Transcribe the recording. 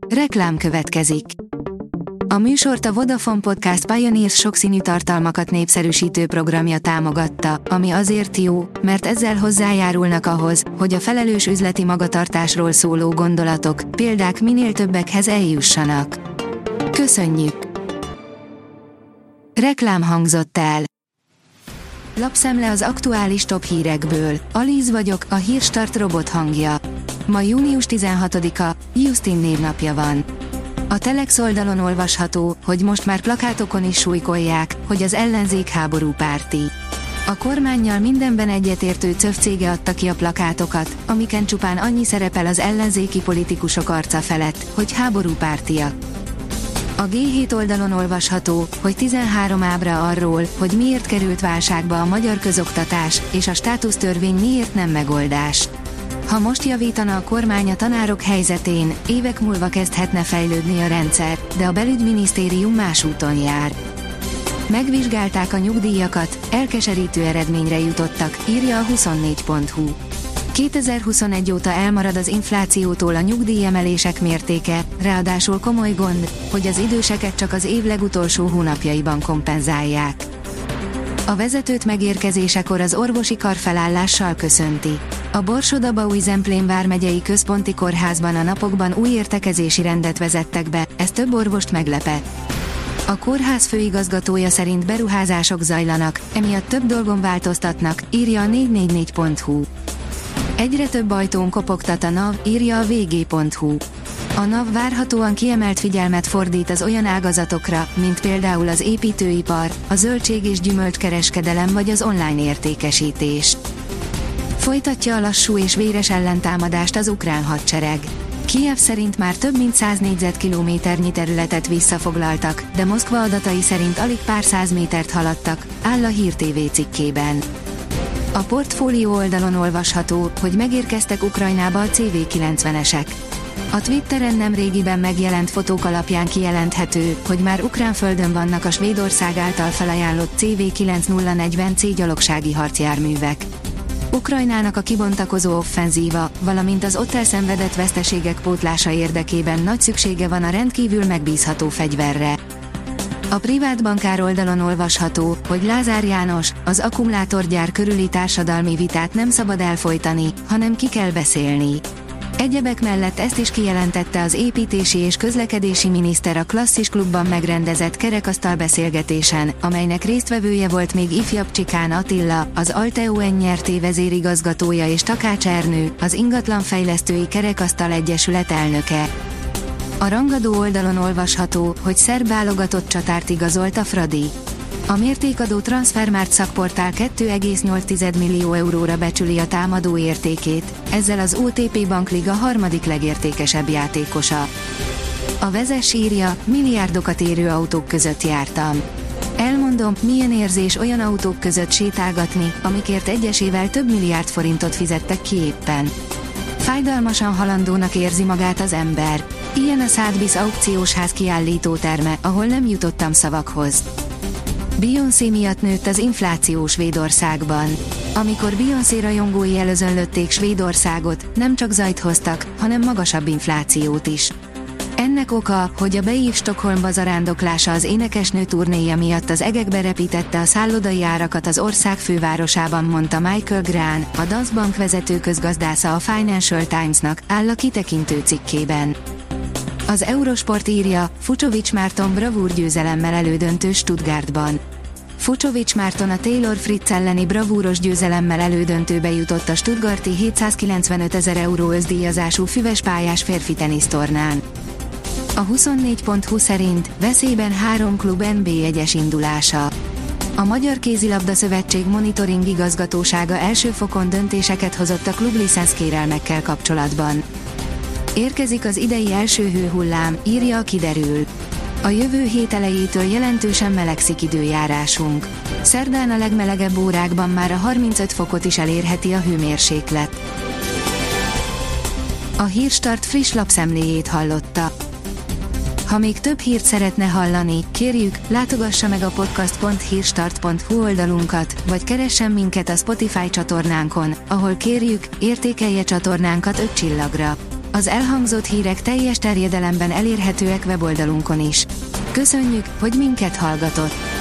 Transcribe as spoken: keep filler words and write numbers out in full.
Reklám következik. A műsort a Vodafone Podcast Pioneers sokszínű tartalmakat népszerűsítő programja támogatta, ami azért jó, mert ezzel hozzájárulnak ahhoz, hogy a felelős üzleti magatartásról szóló gondolatok, példák minél többekhez eljussanak. Köszönjük! Reklám hangzott el. Lapszemle az aktuális top hírekből. Alíz vagyok, a Hírstart robot hangja. Ma június tizenhatodika, Justin névnapja van. A Telex oldalon olvasható, hogy most már plakátokon is súlykolják, hogy az ellenzék háborúpárti. A kormánnyal mindenben egyetértő cöv cége adta ki a plakátokat, amiken csupán annyi szerepel az ellenzéki politikusok arca felett, hogy háborúpártiak. A gé hét oldalon olvasható, hogy tizenhárom ábra arról, hogy miért került válságba a magyar közoktatás, és a státusztörvény miért nem megoldás. Ha most javítana a kormány a tanárok helyzetén, évek múlva kezdhetne fejlődni a rendszer, de a belügyminisztérium más úton jár. Megvizsgálták a nyugdíjakat, elkeserítő eredményre jutottak, írja a huszonnégy pont hu. kétezer-huszonegy óta elmarad az inflációtól a nyugdíjemelések mértéke, ráadásul komoly gond, hogy az időseket csak az év legutolsó hónapjaiban kompenzálják. A vezetőt megérkezésekor az orvosi kar felállással köszönti. A Borsod-Abaúj-Zemplén vármegyei központi kórházban a napokban új értekezési rendet vezettek be, ez több orvost meglepett. A kórház főigazgatója szerint beruházások zajlanak, emiatt több dolgon változtatnak, írja a négy négy négy pont hu. Egyre több ajtón kopogtat a NAV, írja a vé gé pont hu. A NAV várhatóan kiemelt figyelmet fordít az olyan ágazatokra, mint például az építőipar, a zöldség- és gyümölcskereskedelem vagy az online értékesítés. Folytatja a lassú és véres ellentámadást az ukrán hadsereg. Kijev szerint már több mint száz négyzetkilométernyi területet visszafoglaltak, de Moszkva adatai szerint alig pár száz métert haladtak, áll a Hír té vé cikkében. A portfólió oldalon olvasható, hogy megérkeztek Ukrajnába a cé vé kilencvenesek. A Twitteren nemrégiben megjelent fotók alapján kijelenthető, hogy már ukrán földön vannak a Svédország által felajánlott cé vé kilencszáznegyven cé gyalogsági harcjárművek. Ukrajnának a kibontakozó offenzíva, valamint az ott elszenvedett veszteségek pótlása érdekében nagy szüksége van a rendkívül megbízható fegyverre. A privát bankár oldalon olvasható, hogy Lázár János, az akkumulátorgyár körüli társadalmi vitát nem szabad elfojtani, hanem ki kell beszélni. Egyebek mellett ezt is kijelentette az építési és közlekedési miniszter a Klasszis Klubban megrendezett kerekasztal beszélgetésen, amelynek résztvevője volt még ifjabb Csikán Attila, az Alteo en er té vezérigazgatója és Takács Ernő, az Ingatlanfejlesztői Kerekasztal Egyesület elnöke. A rangadó oldalon olvasható, hogy szerb válogatott csatárt igazolt a Fradi. A mértékadó Transfermarkt szakportál két egész nyolc millió euróra becsüli a támadó értékét, ezzel az o té pé Bankliga harmadik legértékesebb játékosa. A Vezess írja, milliárdokat érő autók között jártam. Elmondom, milyen érzés olyan autók között sétálgatni, amikért egyesével több milliárd forintot fizettek ki éppen. Fájdalmasan halandónak érzi magát az ember. Ilyen a Sotheby's aukciós ház kiállító terme, ahol nem jutottam szavakhoz. Beyoncé miatt nőtt az infláció Svédországban. Amikor Beyoncé rajongói előzönlötték Svédországot, nem csak zajt hoztak, hanem magasabb inflációt is. Ennek oka, hogy a beív Stockholmba zarándoklása az énekesnő turnéja miatt az egekbe repítette a szállodai árakat az ország fővárosában, mondta Michael Grahn, a Danske Bank vezető közgazdásza a Financial Times-nak, áll a kitekintő cikkében. Az Eurosport írja, Fucsovics Márton bravúr győzelemmel elődöntő Stuttgartban. Fucsovics Márton a Taylor Fritz elleni bravúros győzelemmel elődöntőbe jutott a stuttgarti hétszázkilencvenöt ezer euró összdíjazású füvespályás férfi tenisztornán. A huszonnégy pont hu szerint veszélyben három klub en bé egyes indulása. A Magyar Kézilabda Szövetség monitoring igazgatósága első fokon döntéseket hozott a klublicenszkérelmekkel kapcsolatban. Érkezik az idei első hőhullám, írja a Kiderül. A jövő hét elejétől jelentősen melegszik időjárásunk. Szerdán a legmelegebb órákban már a harmincöt fokot is elérheti a hőmérséklet. A Hírstart friss lapszemléjét hallotta. Ha még több hírt szeretne hallani, kérjük, látogassa meg a podcast pont hírstart pont hu oldalunkat, vagy keressen minket a Spotify csatornánkon, ahol kérjük, értékelje csatornánkat öt csillagra. Az elhangzott hírek teljes terjedelemben elérhetőek weboldalunkon is. Köszönjük, hogy minket hallgatott!